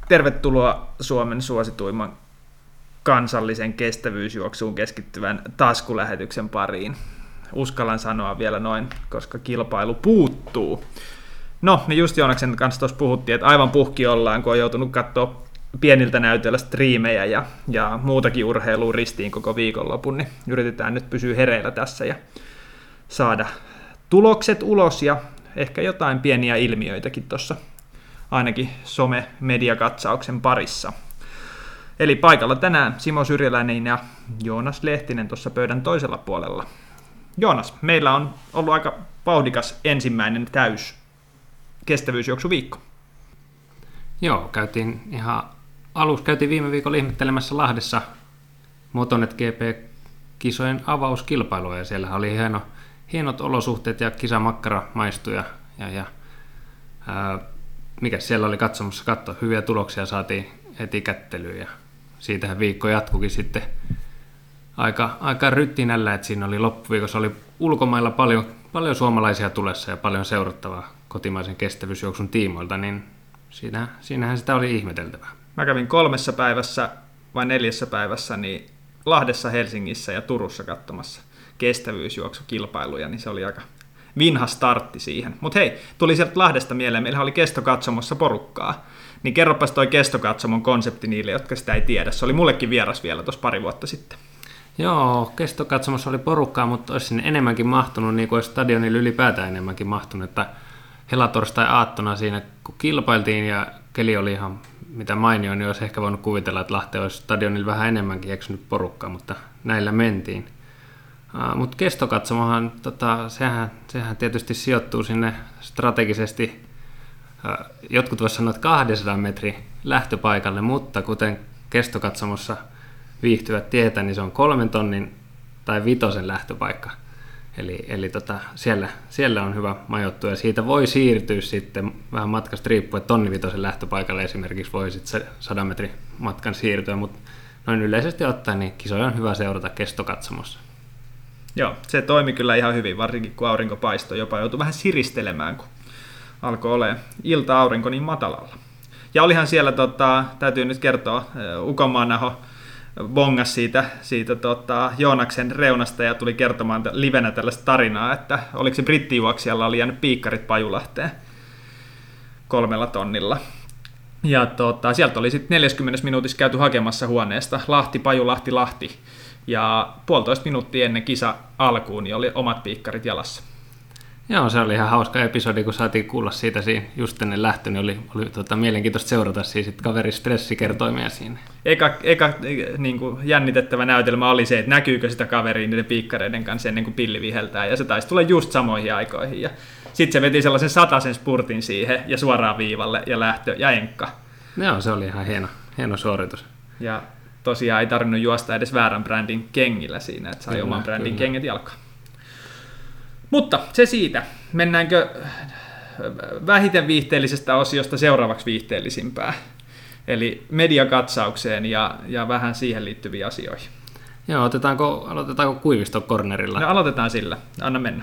Tervetuloa Suomen suosituimman kansallisen kestävyysjuoksuun keskittyvän taskulähetyksen pariin. Uskallan sanoa vielä noin, koska kilpailu puuttuu. No, me just Joonaksen kanssa tuossa puhuttiin, että aivan puhki ollaan, kun on joutunut katsoa pieniltä näytöillä striimejä ja muutakin urheilua ristiin koko viikonlopun, niin yritetään nyt pysyä hereillä tässä ja saada tulokset ulos ja ehkä jotain pieniä ilmiöitäkin tuossa ainakin some-mediakatsauksen parissa. Eli paikalla tänään Simo Syrjäläinen ja Joonas Lehtinen tuossa pöydän toisella puolella. Joonas, meillä on ollut aika vauhdikas ensimmäinen täys kestävyysjuoksuviikko. Joo, käytiin viime viikolla ihmettelemässä Lahdessa Motonet GP-kisojen avauskilpailua ja siellä oli hienot olosuhteet ja kisamakkara maistui mikä siellä oli katsomassa hyviä tuloksia saatiin heti kättelyyn ja siitähän viikko jatkuikin sitten aika ryttinällä, että siinä oli loppuviikossa oli ulkomailla paljon suomalaisia tulessa ja paljon seurattavaa kotimaisen kestävyysjuoksun tiimoilta, niin siinähän sitä oli ihmeteltävää. Mä kävin 3 päivässä vai 4 päivässä niin Lahdessa, Helsingissä ja Turussa katsomassa kestävyysjuoksukilpailuja, niin se oli aika vinha startti siihen. Mutta hei, tuli sieltä Lahdesta mieleen, meillä oli kestokatsomossa porukkaa. Niin kerropas toi kestokatsomon konsepti niille, jotka sitä ei tiedä. Se oli mullekin vieras vielä tuossa pari vuotta sitten. Joo, kestokatsomossa oli porukkaa, mutta olisi sinne enemmänkin mahtunut, niin kuin olisi stadionille ylipäätään enemmänkin mahtunut. Että helatorstai-aattona siinä, kun kilpailtiin ja keli oli ihan mitä mainio, niin olisi ehkä voinut kuvitella, että Lahteen olisi stadionille vähän enemmänkin eksynyt porukkaa, mutta näillä mentiin. Mutta kestokatsomohan, sehän tietysti sijoittuu sinne strategisesti, jotkut voisivat sanoa, että 200 metrin lähtöpaikalle, mutta kuten kestokatsomossa viihtyvät tietää, niin se on 3 tonnin tai 5 lähtöpaikka. Eli siellä on hyvä majoittua ja siitä voi siirtyä sitten vähän matkasta riippuen, että 1 5 lähtöpaikalle esimerkiksi voi sitten se 100 metrin matkan siirtyä, mutta noin yleisesti ottaen niin kisoja on hyvä seurata kestokatsomossa. Joo, se toimi kyllä ihan hyvin, varsinkin kun aurinko paistoi, jopa joutui vähän siristelemään, kun alkoi olemaan ilta-aurinko niin matalalla. Ja olihan siellä, täytyy nyt kertoa, Ukonmaanaho bongas siitä Joonaksen reunasta ja tuli kertomaan livenä tällaista tarinaa, että oliko se brittijuoksijalla oli jäänyt piikkarit Pajulahteen 3 tonnilla. Ja sieltä oli sitten 40 minuutissa käyty hakemassa huoneesta Lahti, Pajulahti, Lahti. Ja 1,5 minuuttia ennen kisa alkuun niin oli omat piikkarit jalassa. Joo, se oli ihan hauska episodi, kun saatiin kuulla siitä siinä just ennen lähtö, niin oli mielenkiintoista seurata siis kaverin stressikertoimia siinä. Eka niin kuin jännitettävä näytelmä oli se, että näkyykö sitä kaveria niiden piikkareiden kanssa ennen kuin pilli viheltää, ja se taisi tulla just samoihin aikoihin. Ja sitten se veti sellaisen 100 spurtin siihen, ja suoraan viivalle, ja lähtö, ja enkka. Joo, se oli ihan hieno suoritus. Ja tosiaan ei tarvinnut juosta edes väärän brändin kengillä siinä, että sai oman brändin kengät jalkaan. Mutta se siitä. Mennäänkö vähiten viihteellisestä osiosta seuraavaksi viihteellisimpään? Eli mediakatsaukseen ja vähän siihen liittyviä asioihin. Joo, aloitetaanko Kuiviston cornerilla? No, aloitetaan sillä. Anna mennä.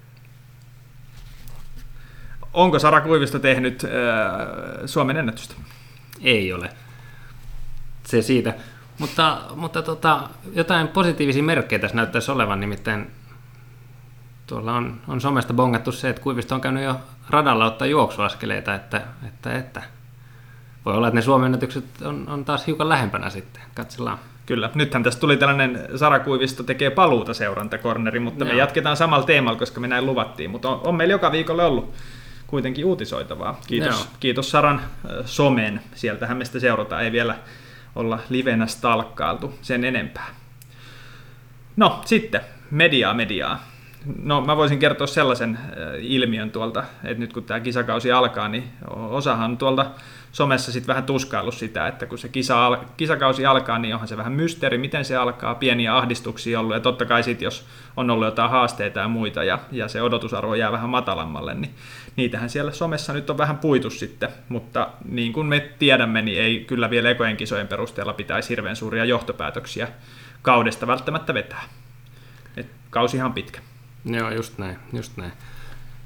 Onko Sara Kuivisto tehnyt Suomen ennätystä? Ei ole. Se siitä. Mutta jotain positiivisia merkkejä tässä näyttäisi olevan, nimittäin tuolla on somesta bongattu se, että Kuivisto on käynyt jo radalla ottaa juoksuaskeleita, että voi olla, että ne Suomen ennätykset on taas hiukan lähempänä sitten. Katsellaan. Kyllä. Nythän tässä tuli tällainen Sara Kuivisto tekee paluuta seurantakorneri, mutta me jatketaan samalla teemalla, koska me näin luvattiin. Mutta on meillä joka viikolla ollut kuitenkin uutisoitavaa. Kiitos Saran somen. Sieltähän me sitä seurataan. Ei vielä olla livenä stalkkailtu sen enempää. No sitten, mediaa. No mä voisin kertoa sellaisen ilmiön tuolta, että nyt kun tämä kisakausi alkaa, niin osahan tuolta somessa sitten vähän tuskaillut sitä, että kun se kisakausi alkaa, niin onhan se vähän mysteeri, miten se alkaa, pieniä ahdistuksia ollut, ja totta kai sitten jos on ollut jotain haasteita ja muita, ja se odotusarvo jää vähän matalammalle, niin niitähän siellä somessa nyt on vähän puitu sitten, mutta niin kuin me tiedämme, niin ei kyllä vielä ekojen kisojen perusteella pitäisi hirveän suuria johtopäätöksiä kaudesta välttämättä vetää. Et kausihan pitkä. Joo, just näin.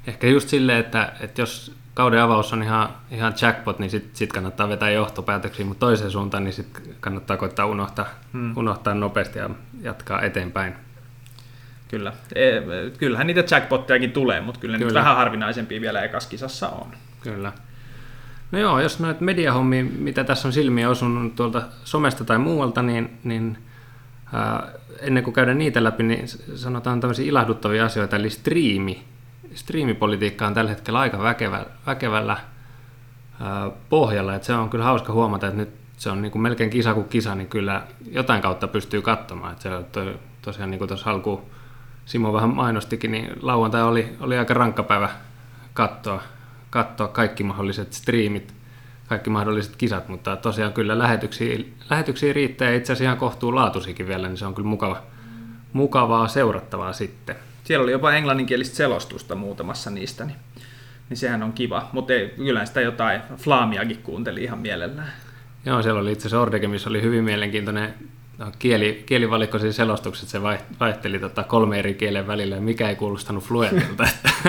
ehkä just silleen, että jos kauden avaus on ihan jackpot, niin sit kannattaa vetää johtopäätöksiä, mutta toiseen suuntaan niin sit kannattaa koittaa unohtaa nopeasti ja jatkaa eteenpäin. Kyllä. Kyllähän niitä jackpottejakin tulee, mutta kyllä nyt vähän harvinaisempia vielä ekaskisassa on. Kyllä. No joo, jos noita mediahommia, mitä tässä on silmiä osunut tuolta somesta tai muualta, niin ennen kuin käydään niitä läpi, niin sanotaan tämmöisiä ilahduttavia asioita, eli striimipolitiikka on tällä hetkellä aika väkevällä pohjalla, että se on kyllä hauska huomata, että nyt se on niin kuin melkein kisa kuin kisa, niin kyllä jotain kautta pystyy katsomaan, että se on tosiaan niin kuin tuossa alkuun Simo vähän mainostikin, niin lauantai oli aika rankka päivä katsoa kaikki mahdolliset striimit, kaikki mahdolliset kisat, mutta tosiaan kyllä lähetyksiä riittää ja itse asiassa ihan kohtuulaatuisikin vielä, niin se on kyllä mukavaa seurattavaa sitten. Siellä oli jopa englanninkielistä selostusta muutamassa niistä, niin sehän on kiva, mutta kyllä sitä jotain flaamiakin kuunteli ihan mielellään. Joo, siellä oli itse asiassa Ordeke, missä oli hyvin mielenkiintoinen kielivalikko siinä selostukset, se vaihteli 3 eri kielen välillä ja mikä ei kuulostanut fluentilta.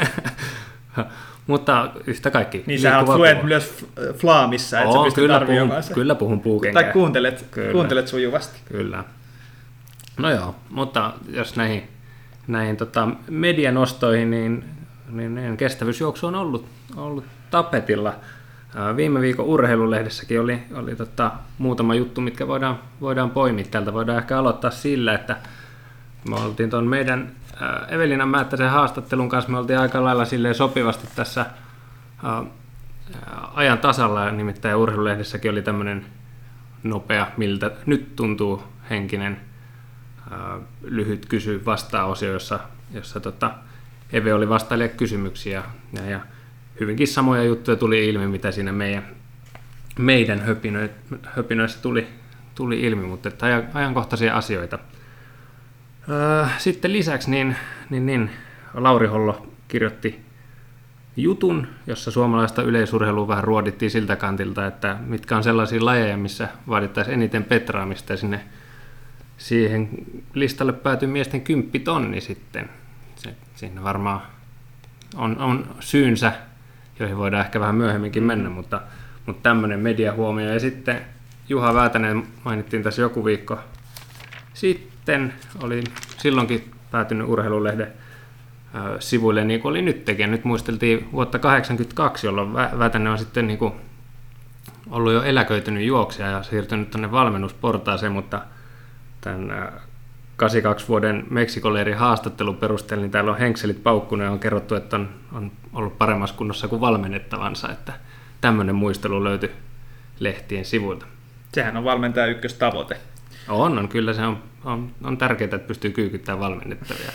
Mutta yhtä kaikki. Niin sä oot fluent myös flaamissa, että sä pystyt arvioimaan sen. Kyllä puhun puukenkää. Tai kuuntelet sujuvasti. Kyllä. No joo, mutta jos näihin medianostoihin, niin kestävyysjuoksu on ollut tapetilla. Viime viikon urheilulehdessäkin oli muutama juttu, mitkä voidaan poimia. Täältä voidaan ehkä aloittaa sillä, että me oltiin tuon meidän Evelina Määttäisen haastattelun kanssa, me oltiin aika lailla silleen sopivasti tässä ajan tasalla, nimittäin urheilulehdessäkin oli tämmöinen nopea, miltä nyt tuntuu henkinen lyhyt vastaa-osio, jossa Eve oli vastailija kysymyksiä ja hyvinkin samoja juttuja tuli ilmi, mitä siinä meidän höpinöissä tuli ilmi, mutta että ajankohtaisia asioita. Sitten lisäksi niin Lauri Hollo kirjoitti jutun, jossa suomalaista yleisurheilua vähän ruodittiin siltä kantilta, että mitkä on sellaisia lajeja, missä vaadittaisiin eniten petraamista, ja siihen listalle päätyi miesten 10 tonni sitten. Siinä varmaan on syynsä, joihin voidaan ehkä vähän myöhemminkin mennä, mutta tämmöinen mediahuomio. Ja sitten Juha Väätänen mainittiin tässä joku viikko sitten, oli silloinkin päätynyt Urheilulehden sivuille niin kuin oli nytkin. Ja nyt muisteltiin vuotta 1982, jolloin Väätänen on sitten niin kuin ollut jo eläköitynyt juoksija ja siirtynyt tuonne valmennusportaaseen, mutta tämän 82 vuoden Meksikoleirin haastattelun perusteella, niin täällä on henkselit paukkunut ja on kerrottu, että on ollut paremmassa kunnossa kuin valmennettavansa, että tämmöinen muistelu löytyi lehtien sivuilta. Sehän on valmentaja ykköstavoite. On, kyllä se on tärkeää, että pystyy kyykyttämään valmennettavia.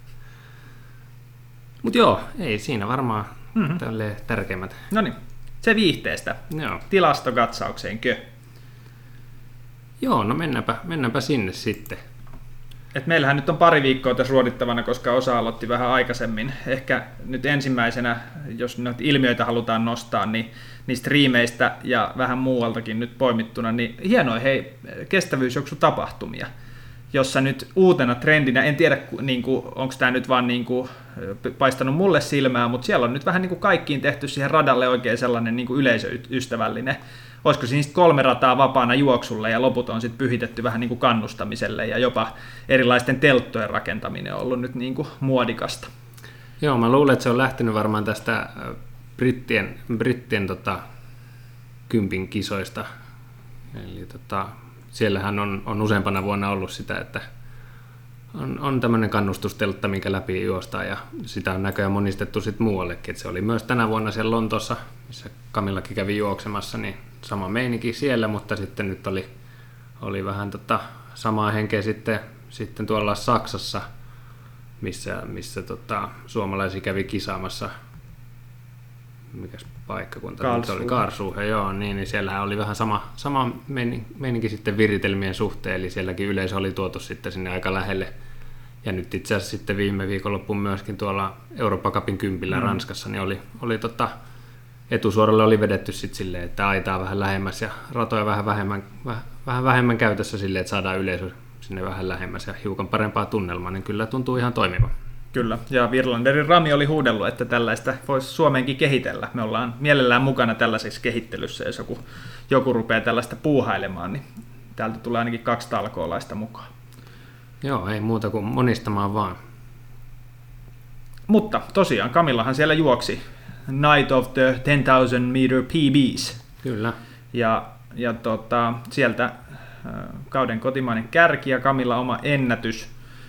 Mutta joo, ei siinä varmaan tärkeimmät. No niin, se viihteestä. Joo. Tilastokatsaukseenkö? Joo, no mennäänpä sinne sitten. Et meillähän nyt on pari viikkoa tässä ruodittavana, koska osa aloitti vähän aikaisemmin. Ehkä nyt ensimmäisenä, jos noita ilmiöitä halutaan nostaa, niin striimeistä ja vähän muualtakin nyt poimittuna, niin hienoja kestävyysjuoksutapahtumia, jossa nyt uutena trendinä, en tiedä onko tämä nyt vaan paistanut mulle silmään, mutta siellä on nyt vähän kaikkiin tehty siihen radalle oikein sellainen yleisöystävällinen. Olisiko siinä 3 rataa vapaana juoksulle ja loput on sitten pyhitetty vähän kannustamiselle ja jopa erilaisten telttojen rakentaminen on ollut nyt muodikasta. Joo, mä luulen, että se on lähtenyt varmaan tästä brittien 10 kisoista. Eli siellähän on useampana vuonna ollut sitä, että on tämmöinen kannustusteltta, minkä läpi juostaan, ja sitä on näköjään monistettu sitten muuallekin. Et se oli myös tänä vuonna siellä Lontoossa, missä Kamillakin kävi juoksemassa, niin sama meininki siellä, mutta sitten nyt oli vähän samaa henkeä sitten tuolla Saksassa, missä suomalaisia kävi kisaamassa. Mikäs paikkakunta nyt oli? Karlsruhe, joo, niin siellähän oli vähän sama meininki sitten viritelmien suhteen, eli sielläkin yleisö oli tuotu sitten sinne aika lähelle. Ja nyt itse asiassa sitten viime viikonloppuun myöskin tuolla Eurooppa Cupin 10 Ranskassa, niin oli etusuoralle oli vedetty sitten silleen, että aitaa vähän lähemmäs ja ratoja vähän vähemmän käytössä silleen, että saadaan yleisö sinne vähän lähemmäs ja hiukan parempaa tunnelmaa, niin kyllä tuntuu ihan toimiva. Kyllä, ja Virlanderin Rami oli huudellut, että tällaista voisi Suomeenkin kehitellä. Me ollaan mielellään mukana tällaisessa kehittelyssä, jos joku rupeaa tällaista puuhailemaan, niin täältä tulee ainakin 2 talkoolaista mukaan. Joo, ei muuta kuin monistamaan vaan. Mutta tosiaan Camillahan siellä juoksi Night of the 10,000 meter PBs. Kyllä. Ja sieltä kauden kotimainen kärki ja Camilla oma ennätys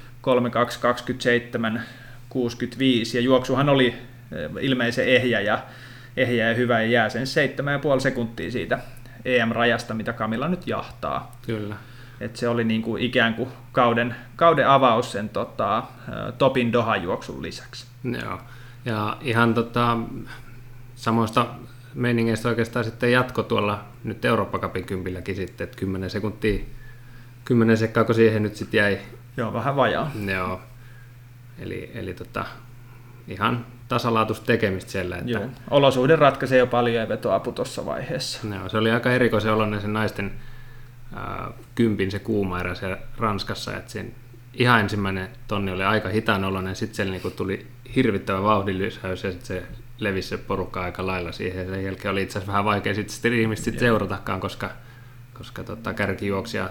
3.2.27.65 ja juoksuhan oli ilmeisen ehjä ja hyvä ja jää sen 7,5 sekuntia siitä EM-rajasta, mitä Camilla nyt jahtaa. Kyllä. Et se oli niinku ikään kuin kauden avaus sen Topin Doha-juoksun lisäksi. Joo, ja ihan samoista meiningeistä oikeastaan sitten jatko tuolla nyt Eurooppa-cupin kympilläkin sitten, että 10 sekuntia, 10 sekkaa, kun siihen nyt sitten jäi. Joo, vähän vajaa. Joo, eli ihan tasalaatuista tekemistä siellä. Että... Joo, olosuhde ratkaisee jo paljon ja vetoapu tuossa vaiheessa. Joo, se oli aika erikoisen oloinen se naisten kympin se kuuma erä siellä Ranskassa, että sen ihan ensimmäinen tonni oli aika hitaan oloinen, sitten siellä niinku tuli hirvittävä vauhdin lisäys ja sitten se levisi se porukka aika lailla siihen ja sen jälkeen oli itse asiassa vähän vaikea sitten striimistä seuratakaan, koska kärkijuoksija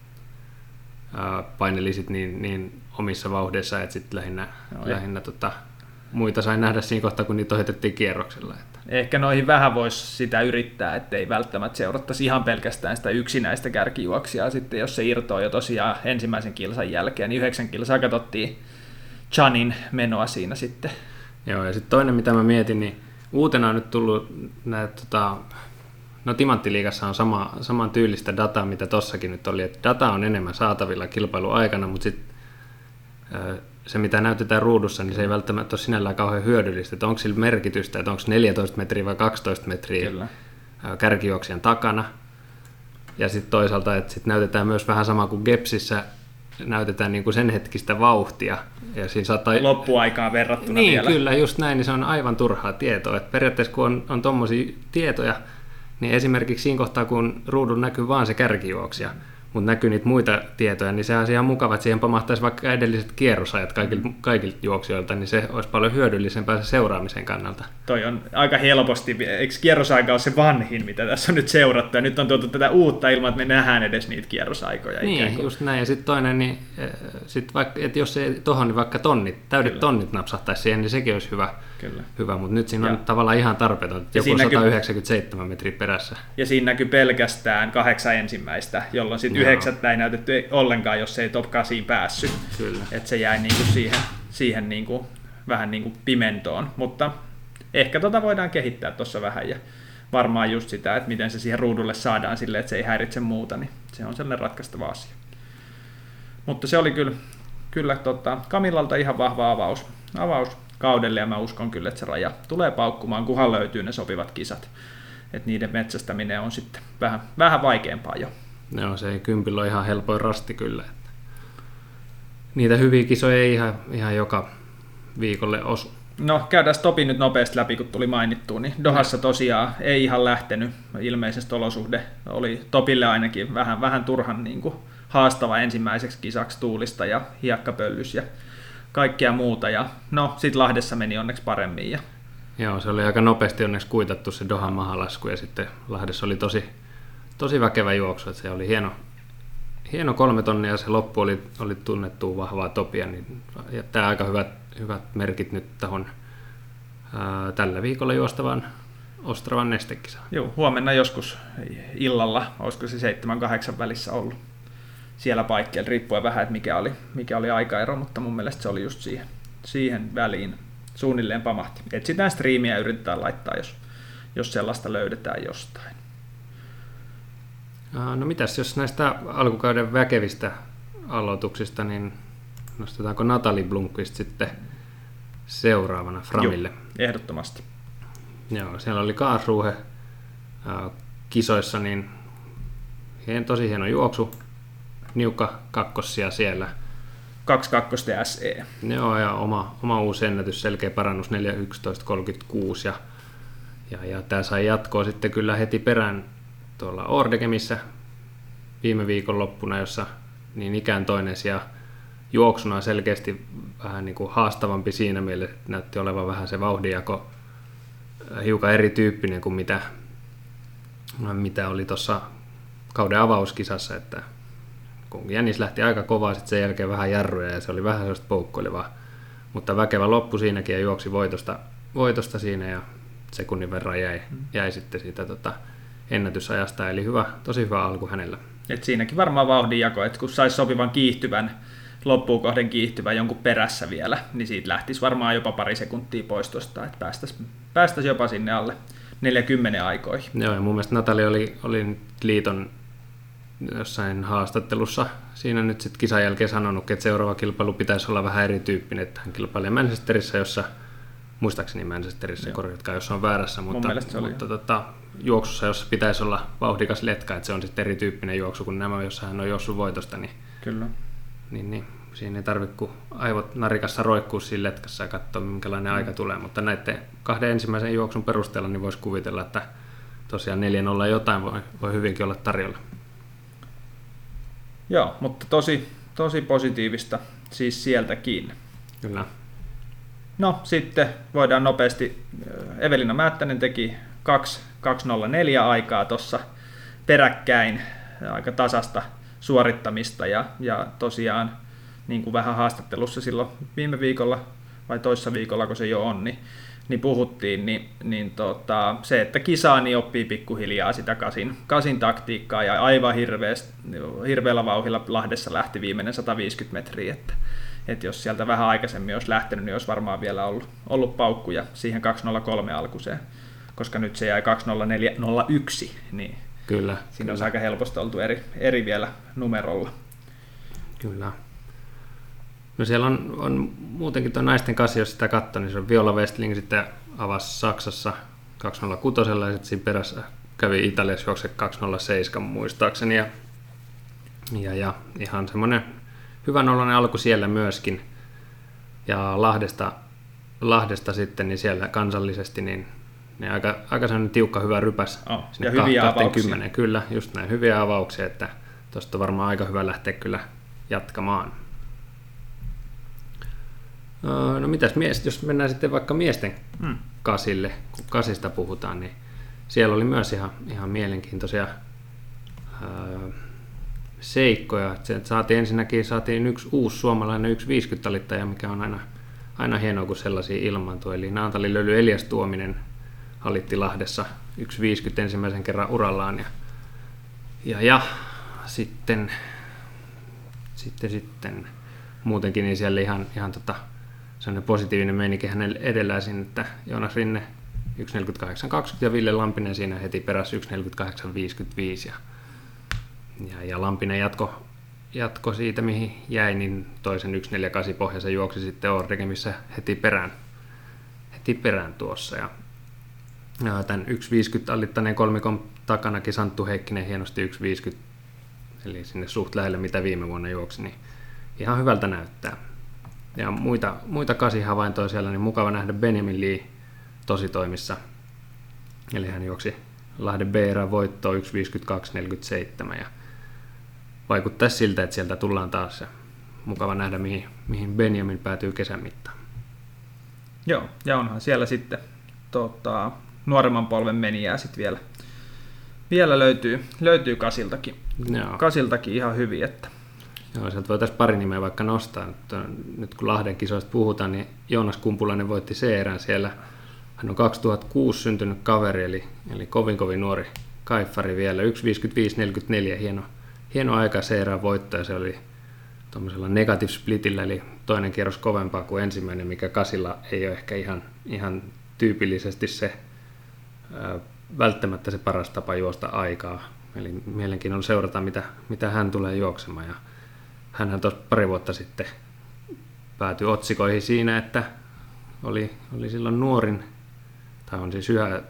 paineli sit niin omissa vauhdeissa, että sitten lähinnä muita sai nähdä siinä kohtaa, kun niitä ohitettiin kierroksella. Ehkä noihin vähän voisi sitä yrittää, ettei välttämättä seurattaisi ihan pelkästään sitä yksinäistä kärkijuoksijaa. Sitten jos se irtoaa jo tosiaan ensimmäisen kilsan jälkeen, niin 9 kilsaa katsottiin Chanin menoa siinä sitten. Joo, ja sitten toinen, mitä mä mietin, niin uutena on nyt tullut näitä, Timanttiliigassa on saman tyylistä dataa, mitä tossakin nyt oli, että data on enemmän saatavilla kilpailun aikana, mutta sitten se, mitä näytetään ruudussa, niin se ei välttämättä ole sinällään kauhean hyödyllistä, että onko sillä merkitystä, että onko 14 metriä vai 12 metriä Kyllä. Kärkijuoksijan takana. Ja sitten toisaalta, että sit näytetään myös vähän sama kuin Gepsissä, näytetään niin kuin sen hetkistä vauhtia. Ja siinä saattaa... Loppuaikaan verrattuna niin, vielä. Kyllä, just näin, niin se on aivan turhaa tietoa. Et periaatteessa kun on tommosia tietoja, niin esimerkiksi siinä kohtaa, kun ruudun näkyy vaan se kärkijuoksija, mutta näkyy niitä muita tietoja, niin se on ihan mukava, että siihen pamahtaisi vaikka edelliset kierrosajat kaikilta juoksijoilta, niin se olisi paljon hyödyllisempää se seuraamisen kannalta. Toi on aika helposti, eikö kierrosaika ole se vanhin, mitä tässä on nyt seurattu, ja nyt on tuotu tätä uutta ilman, että me nähdään edes niitä kierrosaikoja. Niin, just näin, ja sitten toinen, niin että jos ei tohon, niin vaikka täydet tonnit napsahtaisi siihen, niin sekin olisi hyvä, mutta nyt siinä on tavallaan ihan tarpeeton, joku 197 metriä perässä. Ja siinä näkyy pelkästään 8 ensimmäistä, jolloin sitten 9 ei näytetty ollenkaan, jos ei top 8 päässyt. Kyllä. Että se jäi niinku siihen niinku, vähän niinku pimentoon, mutta ehkä voidaan kehittää tuossa vähän ja varmaan just sitä, että miten se siihen ruudulle saadaan silleen, että se ei häiritse muuta, niin se on sellainen ratkaistava asia. Mutta se oli kyllä Camillalta ihan vahva avaus kaudelle ja mä uskon kyllä, että se raja tulee paukkumaan, kunhan löytyy ne sopivat kisat. Että niiden metsästäminen on sitten vähän vaikeampaa jo. Joo, se ei kympillä ole ihan helpoin rasti kyllä. Että niitä hyviä kisoja ei ihan joka viikolle osu. No käydään Topi nyt nopeasti läpi, kun tuli mainittua. Niin Dohassa tosiaan ei ihan lähtenyt. Ilmeisesti olosuhde oli Topille ainakin vähän turhan niin kuin haastava ensimmäiseksi kisaksi tuulista ja hiekkapöllys ja kaikkea muuta. Ja no sit Lahdessa meni onneksi paremmin. Joo, se oli aika nopeasti onneksi kuitattu se Dohan mahalasku ja sitten Lahdessa oli tosi väkevä juoksu, että se oli hieno 3 tonnia ja se loppu oli tunnettua vahvaa Topia, niin jättää aika hyvät merkit nyt tähän tällä viikolla juostavan Ostravan nestekisaan. Joo, huomenna joskus illalla, olisiko se 7-8 välissä ollut siellä paikkeilla, riippuen vähän, että mikä oli aikaero, mutta mun mielestä se oli just siihen väliin suunnilleen pamahti. Etsitään striimiä ja yritetään laittaa, jos sellaista löydetään jostain. No mitäs, jos näistä alkukauden väkevistä aloituksista, niin nostetaanko Natalie Blomqvist sitten seuraavana Framille? Joo, ehdottomasti. Joo, siellä oli Karlsruhe kisoissa, niin tosi hieno juoksu, niukka kakkossia siellä. 2 kakkosta ja SE. Joo, ja oma uusi ennätys, selkeä parannus 4.11.36, ja tämä sai jatkoa sitten kyllä heti perään tuolla Ordegemissä viime viikon loppuna, jossa niin ikään toinen sija juoksuna selkeästi vähän niin kuin haastavampi siinä mielessä, että näytti olevan vähän se vauhdinjako hiukan erityyppinen kuin mitä oli tuossa kauden avauskisassa, että kun Jänis lähti aika kovaa, sitten sen jälkeen vähän jarruja ja se oli vähän sellaista poukkoilevaa, mutta väkevä loppu siinäkin ja juoksi voitosta siinä ja sekunnin verran jäi sitten siitä ennätysajasta, eli tosi hyvä alku hänellä. Et siinäkin varmaan vauhdinjako, että kun saisi sopivan kiihtyvän, loppuun kohden kiihtyvän jonkun perässä vielä, niin siitä lähtisi varmaan jopa pari sekuntia pois tuosta, että päästäisiin jopa sinne alle 40 aikoihin. Joo, ja mun mielestä Natali oli liiton jossain haastattelussa siinä nyt sitten kisan jälkeen sanonut, että seuraava kilpailu pitäisi olla vähän erityyppinen, että hän kilpailee Manchesterissa, muistaakseni Manchesterissa, korjatkaa jos on väärässä, mutta juoksussa, jossa pitäisi olla vauhdikas letka, että se on sitten erityyppinen juoksu kuin nämä, jossa hän on juossut voitosta, niin, kyllä. Niin siinä ei tarvitse kuin aivot narikassa roikkuu siinä letkassa ja katsoa, minkälainen aika tulee, mutta näiden 2 ensimmäisen juoksun perusteella niin voisi kuvitella, että tosiaan 4-0 jotain voi hyvinkin olla tarjolla. Joo, mutta tosi positiivista siis sieltäkin. Kyllä. No sitten voidaan nopeasti, Evelina Määttänen teki 2.04 aikaa tuossa peräkkäin, aika tasasta suorittamista ja tosiaan niin kuin vähän haastattelussa silloin viime viikolla vai toissa viikolla, kun se jo on, niin puhuttiin, niin se, että kisaa, niin oppii pikkuhiljaa sitä kasin taktiikkaa ja aivan hirveällä vauhdilla Lahdessa lähti viimeinen 150 metriä, että jos sieltä vähän aikaisemmin olisi lähtenyt, niin olisi varmaan vielä ollut paukkuja siihen 2.03 alkuseen, koska nyt se jäi 2.04.01, niin kyllä, siinä olisi aika helposti oltu eri vielä numerolla. Kyllä. No siellä on muutenkin tuo naisten kasi, jos sitä katsoo, niin se on Viola Westling sitten avasi Saksassa 2.06 ja sitten siinä perässä kävi Italiassa juokse 2.07 muistaakseni ja ihan semmoinen hyvän oloinen alku siellä myöskin. Ja Lahdesta sitten, niin siellä kansallisesti, niin aika sellainen tiukka hyvä rypäs. Ja hyviä avauksia. Kyllä, just näin hyviä avauksia, että tuosta on varmaan aika hyvä lähteä kyllä jatkamaan. No mitäs jos mennään sitten vaikka miesten kasille, kun kasista puhutaan, niin siellä oli myös ihan mielenkiintoisia seikkoja. Saatiin yksi uusi suomalainen 1.50-alittaja, mikä on aina hienoa, kun sellaisia ilmaantuu. Eli Naantali Löly Elias Tuominen alitti Lahdessa 1.50 ensimmäisen kerran urallaan. Ja sitten muutenkin niin siellä ihan sellainen positiivinen meininki hänen edellään siinä, että Joonas Rinne 1.48.20 ja Ville Lampinen siinä heti perässä 1.48.55 ja Lampinen jatko siitä mihin jäi, niin toisen 1.48 pohjassa juoksi sitten Ordegemissä heti perään tuossa ja tämän 1.50 alittaneen kolmikon takanakin Santtu Heikkinen hienosti 1.50 eli sinne suht lähelle mitä viime vuonna juoksi, niin ihan hyvältä näyttää. Ja muita kasihavaintoja siellä, niin mukava nähdä Benjamin Lee tositoimissa. Eli hän juoksi Lahden B-erän voittoon 1.52.47 ja vaikuttaisi siltä, että sieltä tullaan taas. Ja mukava nähdä, mihin Benjamin päätyy kesän mittaan. Joo, ja onhan siellä sitten nuoremman polven menijää sitten vielä löytyy kasiltakin. Joo. Kasiltakin ihan hyvin, että joo, sieltä voitaisiin pari nimeä vaikka nostaa. Nyt kun Lahden kisoista puhutaan, niin Joonas Kumpulainen voitti C-erän siellä. Hän on 2006 syntynyt kaveri, eli kovin nuori kaiffari vielä. 1.55.44, hieno aika C-erän voitto, ja se oli tuollaisella negative splitillä, eli toinen kierros kovempaa kuin ensimmäinen, mikä kasilla ei ole ehkä ihan tyypillisesti se välttämättä se paras tapa juosta aikaa. Eli mielenkiinnolla seurata, mitä hän tulee juoksemaan. Ja hänhän tuossa pari vuotta sitten päätyi otsikoihin siinä, että oli silloin nuorin, tai on siis yhä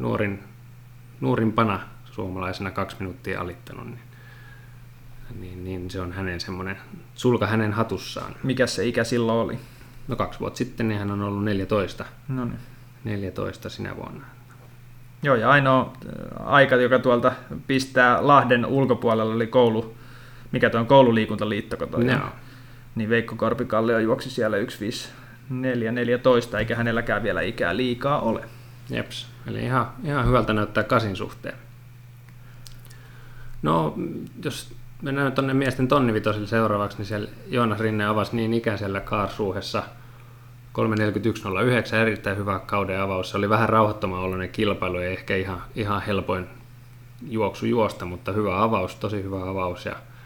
nuorimpana suomalaisena 2 minuuttia alittanut, niin se on hänen semmoinen sulka hänen hatussaan. Mikä se ikä silloin oli? No 2 vuotta sitten niin hän on ollut 14. No niin. 14 sinä vuonna. Joo, ja ainoa aika, joka tuolta pistää Lahden ulkopuolella, oli mikä tuo on koululiikuntaliitto, niin Veikko Korpikallio juoksi siellä 1.54.14, eikä hänelläkään vielä ikää liikaa ole. Jeps, eli ihan hyvältä näyttää kasin suhteen. No, jos mennään tuonne miesten tonnivitosille seuraavaksi, niin siellä Joonas Rinne avasi niin ikään siellä Karlsruhessa 3.41.09, erittäin hyvä kauden avaus. Se oli vähän rauhattoman oloinen kilpailu, ei ehkä ihan helpoin juoksu juosta, mutta hyvä avaus, tosi hyvä avaus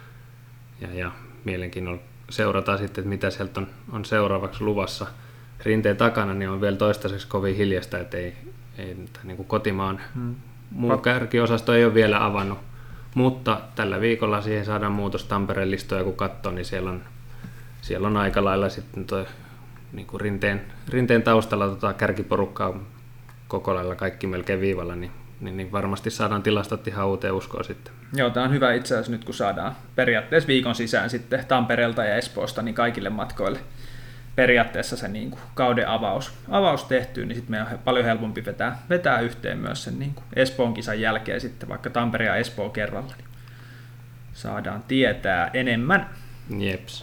ja mielenkiinnolla seurataan sitten, että mitä sieltä on seuraavaksi luvassa. Rinteen takana niin on vielä toistaiseksi kovin hiljasta, että ei niin kuin kotimaan muu kärkiosasto ei ole vielä avannut, mutta tällä viikolla siihen saadaan muutos Tampereen listoja, kun katsoo, niin siellä on aika lailla sitten toi, niin kuin rinteen taustalla kärkiporukkaa koko lailla kaikki melkein viivalla, niin varmasti saadaan tilastot ihan uuteen uskoon sitten. Joo, tämä on hyvä itse asiassa nyt, kun saadaan periaatteessa viikon sisään sitten Tampereelta ja Espoosta niin kaikille matkoille periaatteessa se niin kuin kauden avaus tehtyy, niin sitten meidän on paljon helpompi vetää yhteen myös sen niin kuin Espoon kisan jälkeen sitten, vaikka Tampere ja Espoo kerralla, niin saadaan tietää enemmän. Jeps.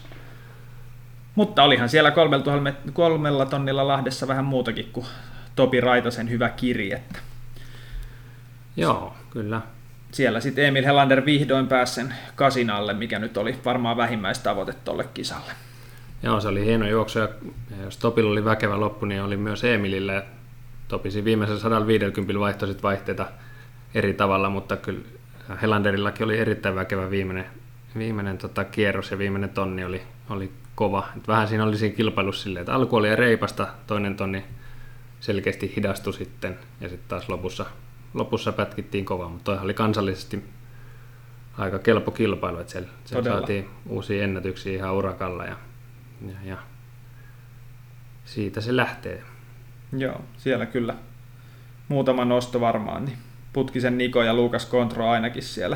Mutta olihan siellä 3 tonnilla Lahdessa vähän muutakin kuin Topi Raitasen hyvä kirjettä. Joo, kyllä. Siellä sitten Emil Helander vihdoin pääsi sen kasin alle, mikä nyt oli varmaan vähimmäistavoite tolle kisalle. Joo, se oli hieno juoksu, ja jos Topilla oli väkevä loppu, niin oli myös Emilillä. Topisi viimeisen 150 vaihtoi sit vaihteita eri tavalla, mutta kyllä Helanderillakin oli erittäin väkevä viimeinen kierros ja viimeinen tonni oli kova. Et vähän siinä oli siinä kilpailussa silleen, että alku oli reipasta, toinen tonni selkeästi hidastui sitten ja sitten taas lopussa pätkittiin kovaa, mutta toihan oli kansallisesti aika kelpo kilpailu, että siellä saatiin uusia ennätyksiä ihan urakalla ja siitä se lähtee. Joo, siellä kyllä muutama nosto varmaan, niin Putkisen Niko ja Lukas Kontro ainakin siellä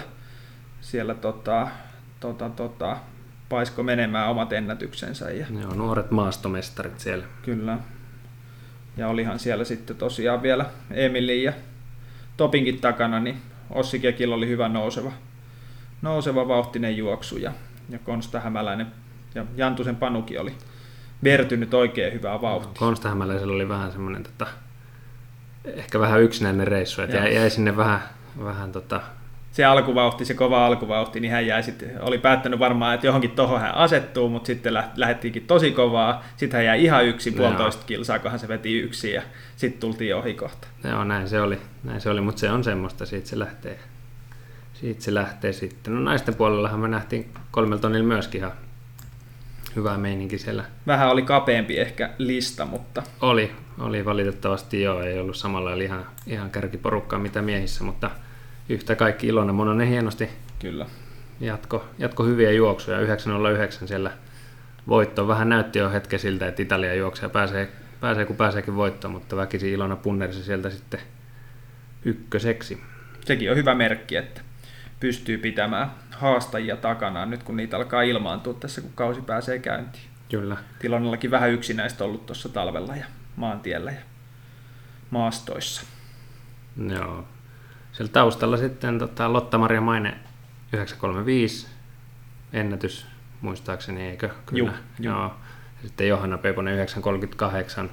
paisko menemään omat ennätyksensä. Joo, nuoret maastomestarit siellä. Kyllä. Ja olihan siellä sitten tosiaan vielä Emilin ja Topinkin takana, niin Ossi Kekillä oli hyvä nouseva vauhtinen juoksu ja Konsta Hämäläinen ja Jantusen Panukin oli vertynyt oikein hyvää vauhtia. Konsta Hämäläisellä oli vähän semmoinen ehkä vähän yksinäinen reissu, että jäi sinne vähän se kova alkuvauhti, niin hän oli päättänyt varmaan, että johonkin tohon hän asettuu, mutta sitten lähdettiinkin tosi kovaa. Sitten hän jäi ihan yksin, 1,5 kilsaa, kunhan se veti yksin ja sitten tultiin ohi kohta. Joo, näin se oli, mutta se on semmoista, siitä se lähtee sitten. No naisten puolellahan me nähtiin 3 tonnilla myöskin ihan hyvä meininki siellä. Vähän oli kapeampi ehkä lista, mutta... Oli valitettavasti joo, ei ollut samalla ihan kärkiporukkaa mitä miehissä, mutta yhtä kaikki Ilona Mononen hienosti kyllä jatko hyviä juoksuja, 9.09 siellä voitto. Vähän näytti jo hetken siltä, että Italia juoksee pääsee kun pääseekin voittoon, mutta väkisin Ilona punnersi sieltä sitten ykköseksi. Sekin on hyvä merkki, että pystyy pitämään haastajia takanaan nyt kun niitä alkaa ilmaantua tässä, kun kausi pääsee käyntiin. Kyllä. Ilonallakin vähän yksinäistä ollut tuossa talvella ja maantiellä ja maastoissa. Joo. Siellä taustalla sitten Lotta-Maria Maine 9.35 ennätys, muistaakseni, eikö? Kyllä. Joo. Ja sitten Johanna Peponen 9.38.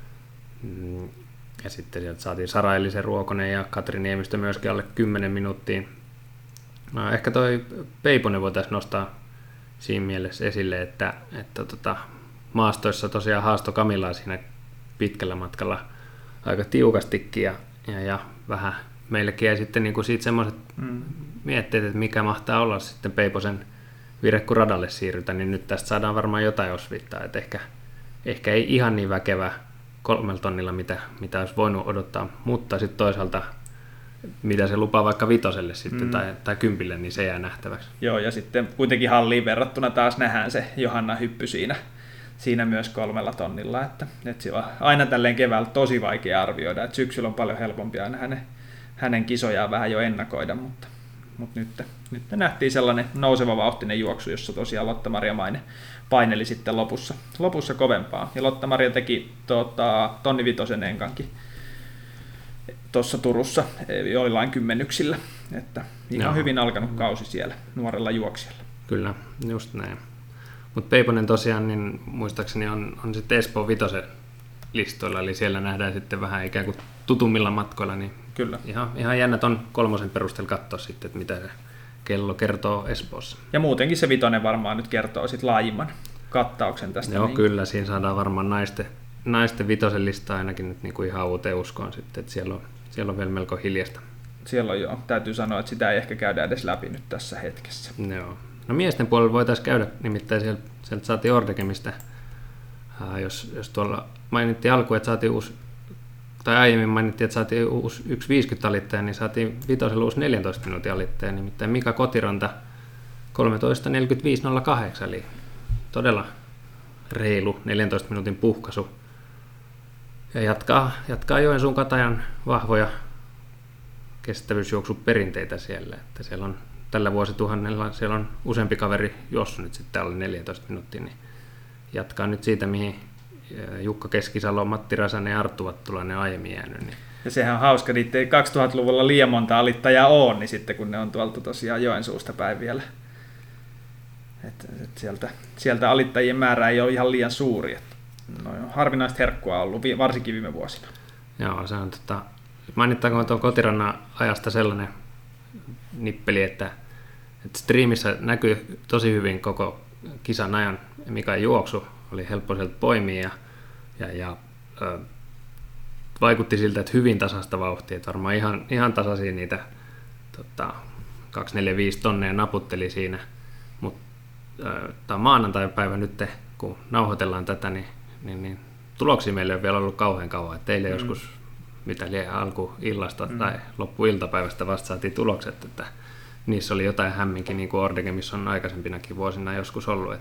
Ja sitten sieltä saatiin Sara Elisen Ruokonen ja Katri Niemistö myöskin alle 10 minuuttiin. No, ehkä toi Peiponen voitaisiin nostaa siinä mielessä esille, että maastoissa tosiaan haasto Kamilaa siinä pitkällä matkalla aika tiukastikin ja vähän meillekin jäi sitten niin kuin siitä semmoiset mietteet, että mikä mahtaa olla sitten Peiposen vire, kun radalle siirrytään, niin nyt tästä saadaan varmaan jotain osviittaa, että ehkä ei ihan niin väkevä 3 tonnilla, mitä olisi voinut odottaa, mutta sitten toisaalta mitä se lupaa vaikka 5 sitten tai 10, niin se jää nähtäväksi. Joo, ja sitten kuitenkin halliin verrattuna taas nähdään se Johanna hyppy siinä myös 3 tonnilla, että se on aina tälleen keväällä tosi vaikea arvioida, että syksyllä on paljon helpompi aina hänen kisojaan vähän jo ennakoida, mutta nyt nähtiin sellainen nouseva vauhtinen juoksu, jossa tosiaan Lotta-Maria Maine paineli sitten lopussa kovempaa. Ja Lotta-Maria teki tonni 5 enkankin tuossa Turussa joillain kymmenyksillä, että ihan hyvin alkanut kausi siellä nuorella juoksijalla. Kyllä, just näin. Mutta Peiponen tosiaan, niin muistaakseni on sitten Espoon vitosen listoilla, eli siellä nähdään sitten vähän ikään kuin tutummilla matkoilla, niin kyllä. Ihan jännä ton 3 perusteella katsoa sitten, että mitä se kello kertoo Espoossa. Ja muutenkin se vitonen varmaan nyt kertoo sit laajimman kattauksen tästä. Joo, niin. Kyllä, siinä saadaan varmaan naisten vitosen lista ainakin nyt niin kuin ihan uuteen uskoon sitten, että siellä on vielä melko hiljasta. Siellä on joo, täytyy sanoa, että sitä ei ehkä käydä edes läpi nyt tässä hetkessä. Joo. No miesten puolella voitaisiin käydä, nimittäin sieltä saatiin Ordekemistä, jos tuolla mainittiin alkuun, että saatiin uusi, tai aiemmin mainittiin, että saatiin uusi 1.50 alittaja, niin saatiin vitosella uusi 14 minuutin alittaja, nimittäin Mika Kotiranta 13.45.08, eli todella reilu 14 minuutin puhkaisu. Ja jatkaa Joensuun Katajan vahvoja kestävyysjuoksuperinteitä siellä, että siellä on tällä vuosituhannella siellä on useampi kaveri juossut nyt sitten alle 14 minuuttia, niin jatkaa nyt siitä, mihin Jukka Keskisalo, Matti Räsänen ja Arttu Vattulainen aiemmin jäänyt. Niin. Ja sehän on hauska, niin ei 2000-luvulla liian monta alittajaa ole, niin sitten kun ne on tuolta tosiaan Joensuusta päin vielä. Sieltä alittajien määrä ei ole ihan liian suuri. No, harvinaista herkkua ollut, varsinkin viime vuosina. Joo, se on mainittakoon tuon Kotirannan ajasta sellainen nippeli, että striimissä näkyy tosi hyvin koko kisan ajan Mikan juoksu, oli helppo sieltä poimia ja vaikutti siltä, että hyvin tasasta vauhtia, että varmaan ihan tasaisia niitä 245 tonneja naputteli siinä, mutta maanantai-päivä nyt, kun nauhoitellaan tätä, niin tuloksia meillä ei ole vielä ollut kauhean kauan, että teille joskus mitä liian alkuillasta tai loppuiltapäivästä vasta saatiin tulokset, että niissä oli jotain hämminkin, niin kuin Ordekemissä on aikaisempinakin vuosina joskus ollut,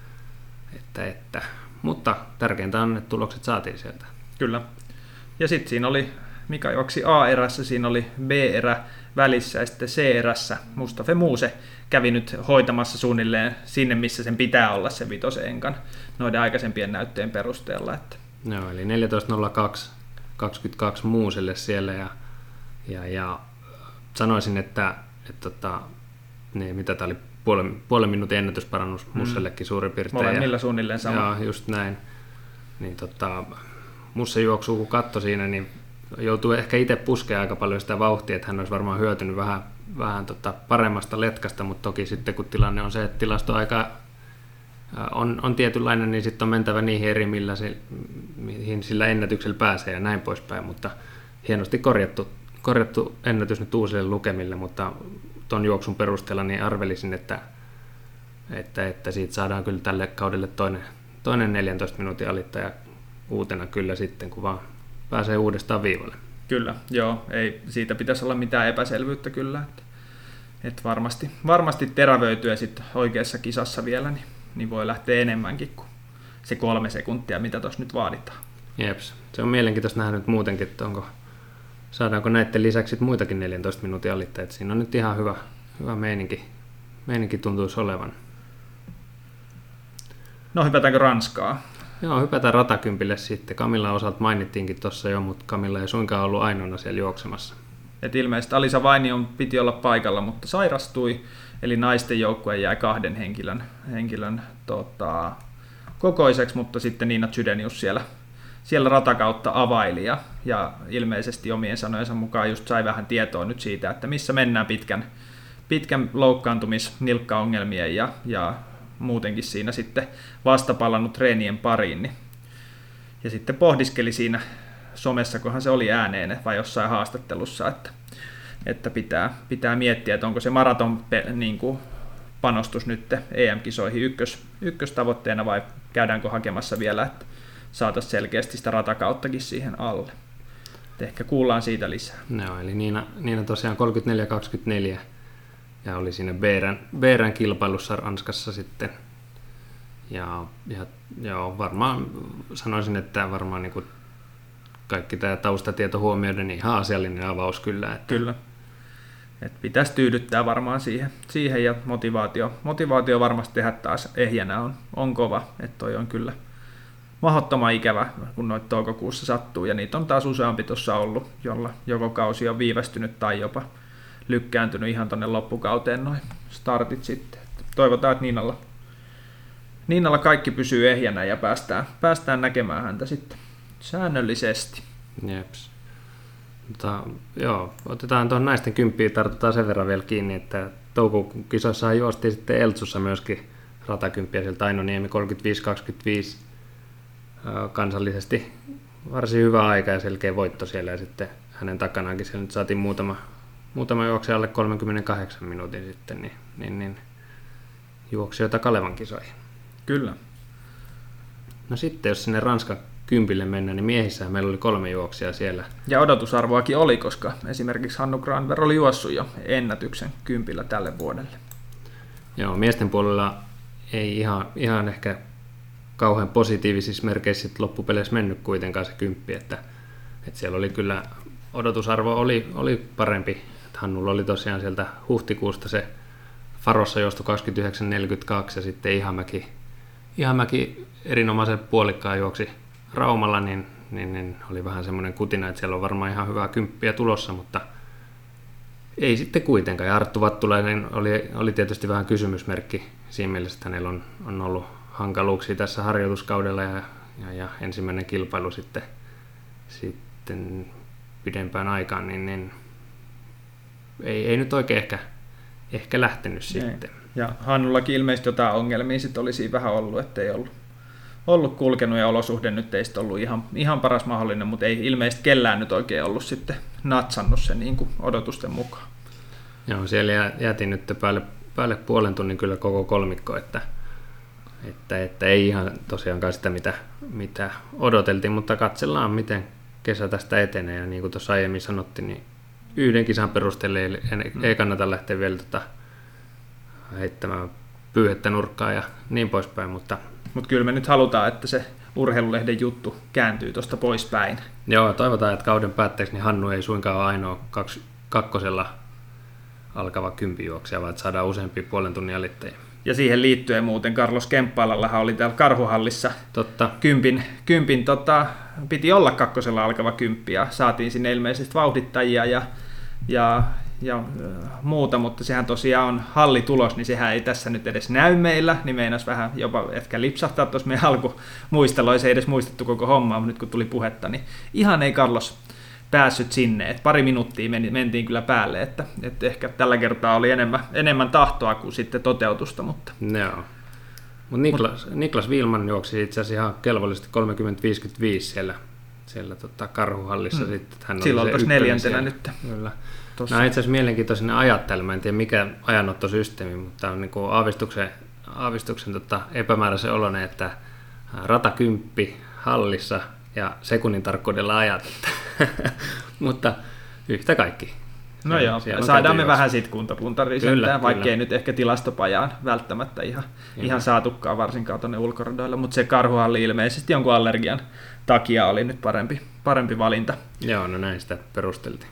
mutta tärkeintä on, että tulokset saatiin sieltä. Kyllä. Ja sitten siinä oli, Mika juoksi A-erässä, siinä oli B-erä välissä ja sitten C-erässä Mustafa Muuse kävi nyt hoitamassa suunnilleen sinne, missä sen pitää olla se vitosenkan noiden aikaisempien näyttöjen perusteella. Että. Joo, eli 14.02 22 Muuselle siellä ja sanoisin, että niin, mitä tämä oli puolen minuutin ennätysparannus Mussellekin suurin piirtein. Molemmilla suunnilleen sama. Joo, just näin. Niin Musse juoksuu, kun katsoi siinä, niin joutuu ehkä itse puskemaan aika paljon sitä vauhtia, että hän olisi varmaan hyötynyt vähän paremmasta letkasta, mutta toki sitten kun tilanne on se, että tilastoaika on tietynlainen, niin sitten on mentävä niihin eri, mihin sillä ennätyksellä pääsee ja näin poispäin, mutta hienosti korjattu ennätys nyt uusille lukemille, mutta ton juoksun perusteella niin arvelisin, että siitä saadaan kyllä tälle kaudelle toinen 14 minuutin alittaja uutena kyllä sitten, kun vaan pääsee uudestaan viivalle. Kyllä, joo, ei siitä pitäisi olla mitään epäselvyyttä kyllä, että varmasti terävöityy sitten oikeassa kisassa vielä, niin voi lähteä enemmänkin kuin se 3 sekuntia, mitä tuossa nyt vaaditaan. Jeps, se on mielenkiintoista nähdä nyt muutenkin, että saadaanko näiden lisäksi muitakin 14 minuutin alittajia. Siinä on nyt ihan hyvä meininki tuntuisi olevan. No hypätäänkö Ranskaa? Joo, hypätään ratakympille sitten. Kamilan osalta mainittiinkin tuossa jo, mutta Kamilla ei suinkaan ollut ainoana siellä juoksemassa. Et ilmeisesti Alisa Vainion piti olla paikalla, mutta sairastui, eli naisten joukkue jäi 2 henkilön kokoiseksi, mutta sitten Niina Chydenius siellä ratakautta availi ja ilmeisesti omien sanojensa mukaan just sai vähän tietoa nyt siitä, että missä mennään pitkän loukkaantumis-nilkkaongelmien ja muutenkin siinä sitten vastapalannut treenien pariin. Ja sitten pohdiskeli siinä somessa, kunhan se oli ääneen vai jossain haastattelussa, että pitää miettiä, että onko se maraton niin kuin panostus nyt EM-kisoihin ykköstavoitteena vai käydäänkö hakemassa vielä, että saataisiin selkeästi sitä ratakauttakin siihen alle. Et ehkä kuullaan siitä lisää. No, eli Niina tosiaan 34-24 ja oli siinä B-rän kilpailussa Ranskassa sitten. Ja joo, varmaan sanoisin, että varmaan niin kuin kaikki tämä taustatieto huomioiden niin ihan asiallinen avaus kyllä. Että. Kyllä. Et pitäisi tyydyttää varmaan siihen ja motivaatio varmasti tehdä taas ehjänä on kova. Että toi on kyllä mahdottoman ikävä, kun noita toukokuussa sattuu. Ja niitä on taas useampi tuossa ollut, jolla joko kausi on viivästynyt tai jopa lykkääntynyt ihan tuonne loppukauteen noin startit sitten. Toivotaan, että Niinalla kaikki pysyy ehjänä ja päästään näkemään häntä sitten säännöllisesti. Jeps. Mutta joo, otetaan tuohon naisten kymppiin, tartutaan sen verran vielä kiinni, että toukokuun kisoissa juostiin sitten Eltsussa myöskin ratakymppiä sieltä Aino Niemi 35-25 kansallisesti varsin hyvä aika ja selkeä voitto siellä ja sitten hänen takanaankin siellä nyt saatiin muutama juokse alle 38 minuutin sitten, niin juoksijoita Kalevan kisoihin. Kyllä. No sitten jos sinne Ranskan kympille mennään, niin miehissä meillä oli 3 juoksia siellä. Ja odotusarvoakin oli, koska esimerkiksi Hannu Granberg oli juossut jo ennätyksen kympillä tälle vuodelle. Joo, miesten puolella ei ihan ehkä kauhean positiivisissa merkeissä loppupeleissä mennyt kuitenkaan se kymppi, että siellä oli kyllä odotusarvo oli parempi. Hannulla oli tosiaan sieltä huhtikuusta se Farossa juostu 29.42 ja sitten Ihamäki erinomaisen puolikkaan juoksi Raumalla, niin oli vähän semmoinen kutina, että siellä on varmaan ihan hyvää kymppiä tulossa, mutta ei sitten kuitenkaan. Ja Arttu Vattulainen oli tietysti vähän kysymysmerkki siinä mielessä, että hänellä on ollut hankaluuksia tässä harjoituskaudella ja ensimmäinen kilpailu sitten pidempään aikaan, niin ei nyt oikein ehkä lähtenyt sitten. Ja Hannullakin ilmeisesti jotain ongelmia sitten oli siinä vähän ollut, ettei ollut kulkenut ja olosuhde nyt ei ollut ihan paras mahdollinen, mutta ei ilmeisesti kellään nyt oikein ollut sitten natsannut se niin kuin odotusten mukaan. Joo, siellä jäätiin nyt päälle puolen tunnin kyllä koko kolmikko, että ei ihan tosiaankaan sitä mitä odoteltiin, mutta katsellaan miten kesä tästä etenee ja niin kuin tuossa aiemmin sanottiin, niin yhden kisan perusteella ei kannata lähteä vielä heittämään pyyhettä nurkkaan ja niin poispäin, mutta kyllä me nyt halutaan, että se urheilulehden juttu kääntyy tuosta poispäin. Joo, toivotaan, että kauden päätteeksi niin Hannu ei suinkaan ole ainoa kakkosella alkava kympijuoksija, vaan että saadaan useampia puolen tunnin alittajia. Ja siihen liittyen muuten Carlos Kemppaalallahan oli täällä Karhuhallissa Totta. Kympin piti olla kakkosella alkava kymppi ja saatiin sinne ilmeisesti vauhdittajia ja muuta, mutta sehän tosiaan on hallitulos, niin sehän ei tässä nyt edes näy meillä, niin meinas vähän jopa ehkä lipsahtaa tuossa meidän alkumuisteloissa, ei edes muistettu koko hommaa, mutta nyt kun tuli puhetta, niin ihan ei Carlos päässyt sinne, että pari minuuttia mentiin kyllä päälle, että ehkä tällä kertaa oli enemmän tahtoa kuin sitten toteutusta. Mutta. Joo. Niklas Wihlman juoksi itse asiassa ihan kelvollisesti 30-55 siellä Karhuhallissa. Sitten, hän silloin oltaisiin neljäntenä nyt. Kyllä. Nämä on itse asiassa mielenkiintoinen ajattelu, en tiedä mikä ajanottosysteemi, mutta tämä on niin kuin aavistuksen epämääräisen oloinen, että ratakymppi hallissa ja sekunnin tarkkuudella ajat, mutta yhtä kaikki. No joo, saadaan me vähän siitä kuntapuntaria sentään, vaikka ei nyt ehkä tilastopajaan välttämättä ihan saatukaan varsinkaan tuonne ulkoradoilla, mutta se Karhuhalli ilmeisesti jonkun allergian takia oli nyt parempi valinta. Joo, no näin sitä perusteltiin.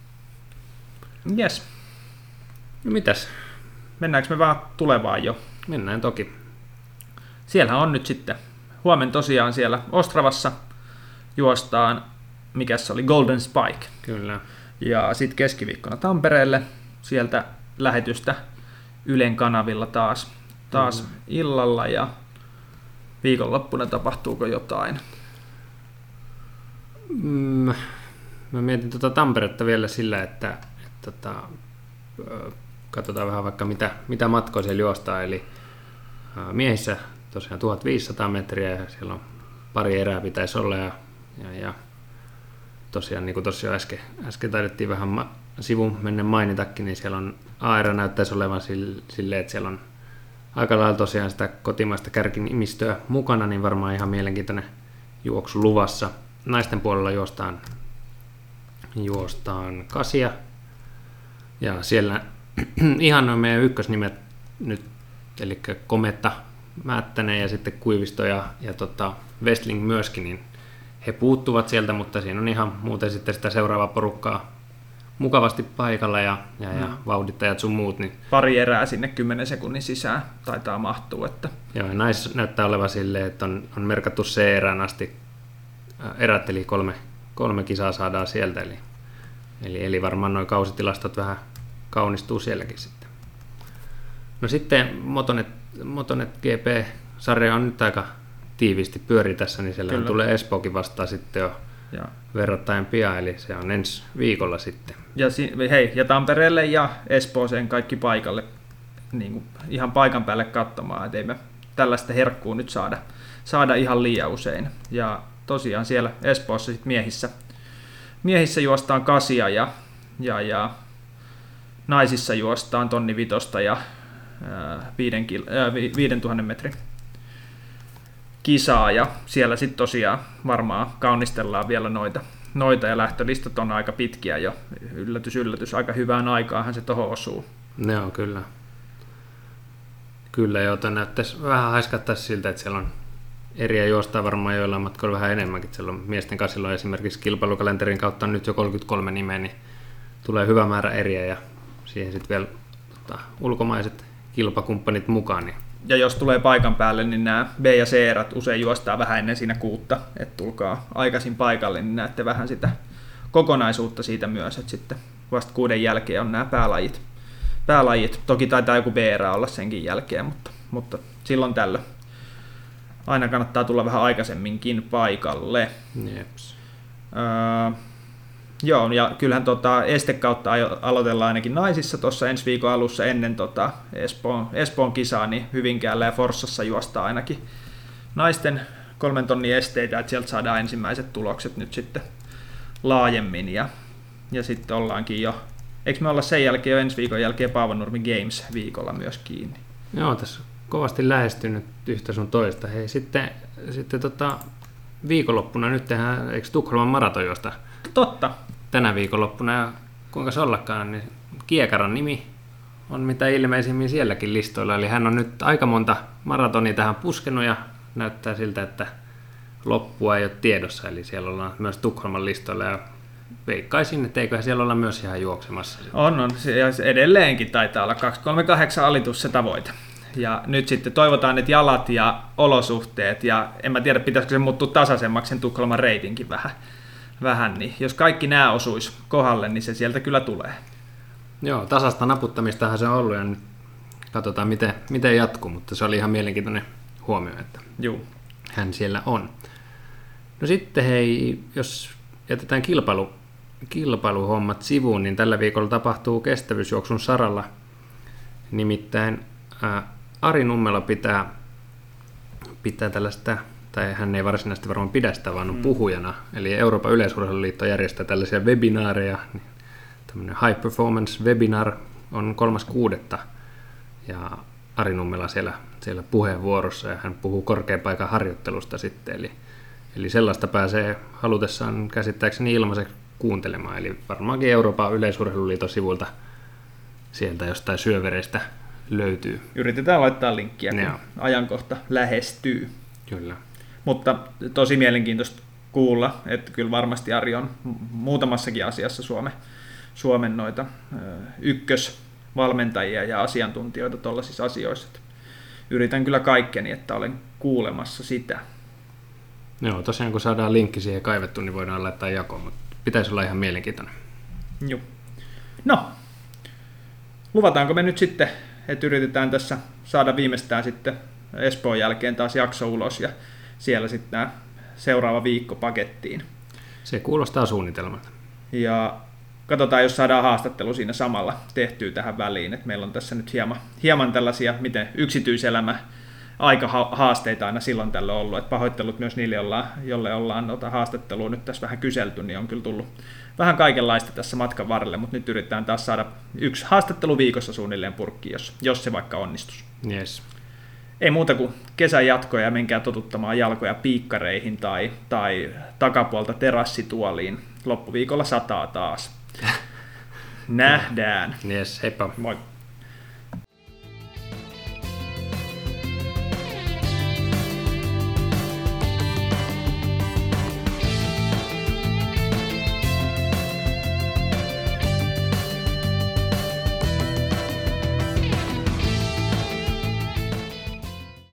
Jes. No mitäs? Mennäänkö me vaan tulevaan jo? Mennään toki. Siellähän on nyt sitten, huomenna tosiaan siellä Ostravassa juostaan, mikä se oli, Golden Spike. Kyllä. Ja sitten keskiviikkona Tampereelle, sieltä lähetystä Ylen kanavilla taas illalla ja viikonloppuna tapahtuuko jotain? Mä mietin Tamperetta vielä sillä, että katsotaan vähän vaikka mitä matkoja siellä juostaa, eli miehissä tosiaan 1500 metriä ja siellä on pari erää pitäisi olla ja tosiaan niin kuin tuossa jo äsken taidettiin vähän sivun mennä mainitakin, niin siellä on A-erä näyttäisi olevan silleen, että siellä on aika lailla tosiaan sitä kotimaista kärkinimistöä mukana, niin varmaan ihan mielenkiintoinen juoksu luvassa. Naisten puolella juostaan kasia ja siellä ihan noin meidän ykkösnimet nyt, eli Kometta, Määttänen ja sitten Kuivisto ja Westling myöskin, niin he puuttuvat sieltä, mutta siinä on ihan muuten sitten sitä seuraavaa porukkaa mukavasti paikalla ja vauhdittajat sun muut. Niin pari erää sinne 10 sekunnin sisään taitaa mahtua. Että. Joo, ja näyttää olevan silleen, että on merkattu C-erään asti erät, eli kolme kisaa saadaan sieltä, eli varmaan nuo kausitilastot vähän kaunistuu sielläkin sitten. No sitten Motonet GP sarja on nyt aika tiiviisti pyöri tässä, niin siellä tulee Espookin vastaan sitten jo verrattain pian, eli se on ensi viikolla sitten. Ja Tampereelle ja Espooseen kaikki paikalle, niin kuin ihan paikan päälle katsomaan, ettei me tällaista herkkuu nyt saada ihan liian usein. Ja tosiaan siellä Espoossa sit miehissä juostaan 8 ja naisissa juostaan 1500 ja 5000 metrin kisaa, ja siellä sitten tosiaan varmaan kaunistellaan vielä noita ja lähtölistat on aika pitkiä jo. Yllätys, aika hyvään aikaanhan se tohon osuu. Ne on kyllä. Kyllä, joten näyttäisi vähän haiskattaisi siltä, että siellä on eriä juostaa varmaan joillain matkoilla vähän enemmänkin. Siellä on miesten kanssa esimerkiksi kilpailukalenterin kautta nyt jo 33 nimeä, niin tulee hyvä määrä eriä ja siihen sitten vielä ulkomaiset kilpakumppanit mukaan. Niin. Ja jos tulee paikan päälle, niin nämä B- ja C-erät usein juostaa vähän ennen siinä 6, että tulkaa aikaisin paikalle, niin näette vähän sitä kokonaisuutta siitä myös, että sitten vasta 6 jälkeen on nämä päälajit. Toki taitaa joku B-erä olla senkin jälkeen, mutta silloin tällöin aina kannattaa tulla vähän aikaisemminkin paikalle. Jeps. Joo, ja kyllähän estekautta aloitellaan ainakin naisissa tuossa ensi viikon alussa ennen Espoon kisaa, niin Hyvinkäällä ja Forssassa juostaa ainakin naisten 3 tonnin esteitä, että sieltä saadaan ensimmäiset tulokset nyt sitten laajemmin, ja sitten ollaankin jo, eikö me olla sen jälkeen jo ensi viikon jälkeen Paavanurmi Games viikolla myös kiinni? Joo, tässä kovasti lähestynyt yhtä sun toista. Hei, sitten viikonloppuna nyt tehdään, eikö Tukholman maratonjuosta? Totta. Tänä viikonloppuna, ja kuinka se ollakaan, niin Kiekaran nimi on mitä ilmeisimmin sielläkin listoilla, eli hän on nyt aika monta maratonia tähän puskenut, ja näyttää siltä, että loppua ei ole tiedossa, eli siellä ollaan myös Tukholman listoilla, ja veikkaisin, että eiköhän siellä olla myös ihan juoksemassa. On, ja edelleenkin taitaa olla 238 alitus se tavoite. Ja nyt sitten toivotaan, että jalat ja olosuhteet, ja en mä tiedä, pitäisikö se muuttua tasaisemmaksi sen Tukholman reitinkin vähän, niin jos kaikki nämä osuisi kohdalle, niin se sieltä kyllä tulee. Joo, tasasta naputtamistahan se on ollut, ja nyt katsotaan miten jatkuu, mutta se oli ihan mielenkiintoinen huomio, että hän siellä on. No sitten hei, jos jätetään kilpailuhommat sivuun, niin tällä viikolla tapahtuu kestävyysjuoksun saralla, nimittäin Ari Nummela pitää tällaista, tai hän ei varsinaisesti varmaan pidä sitä, vaan on puhujana. Eli Euroopan yleisurheiluliitto järjestää tällaisia webinaareja. Tämmöinen High Performance Webinar on 3.6. Ja Ari Nummela siellä puheenvuorossa, ja hän puhuu korkean paikan harjoittelusta sitten. Eli sellaista pääsee halutessaan käsittääkseni ilmaiseksi kuuntelemaan. Eli varmaankin Euroopan yleisurheiluliiton sivuilta sieltä jostain syövereistä löytyy. Yritetään laittaa linkkiä, kun ajankohta lähestyy. Kyllä. Mutta tosi mielenkiintoista kuulla, että kyllä varmasti Ari on muutamassakin asiassa Suomen noita ykkösvalmentajia ja asiantuntijoita tuollaisissa asioissa. Yritän kyllä kaikkeni, että olen kuulemassa sitä. Joo, tosiaan kun saadaan linkki siihen kaivettu, niin voidaan laittaa jakoon, mutta pitäisi olla ihan mielenkiintoinen. Joo. No, luvataanko me nyt sitten, että yritetään tässä saada viimeistään sitten Espoon jälkeen taas jakso ulos ja siellä sitten nämä seuraava viikko pakettiin. Se kuulostaa suunnitelmalta. Ja katsotaan, jos saadaan haastattelu siinä samalla tehtyä tähän väliin, että meillä on tässä nyt hieman tällaisia, miten yksityiselämä aika haasteita aina silloin tällöin ollut, että pahoittelut myös niille, jolle ollaan haastattelua nyt tässä vähän kyselty, niin on kyllä tullut vähän kaikenlaista tässä matkan varrelle, mutta nyt yritetään taas saada 1 haastattelu viikossa suunnilleen purkkiin, jos se vaikka onnistus. Yes. Ei muuta kuin kesän jatkoja ja menkää totuttamaan jalkoja piikkareihin tai takapuolta terassituoliin. Loppuviikolla sataa taas. Nähdään. Yes, heippa. Moi.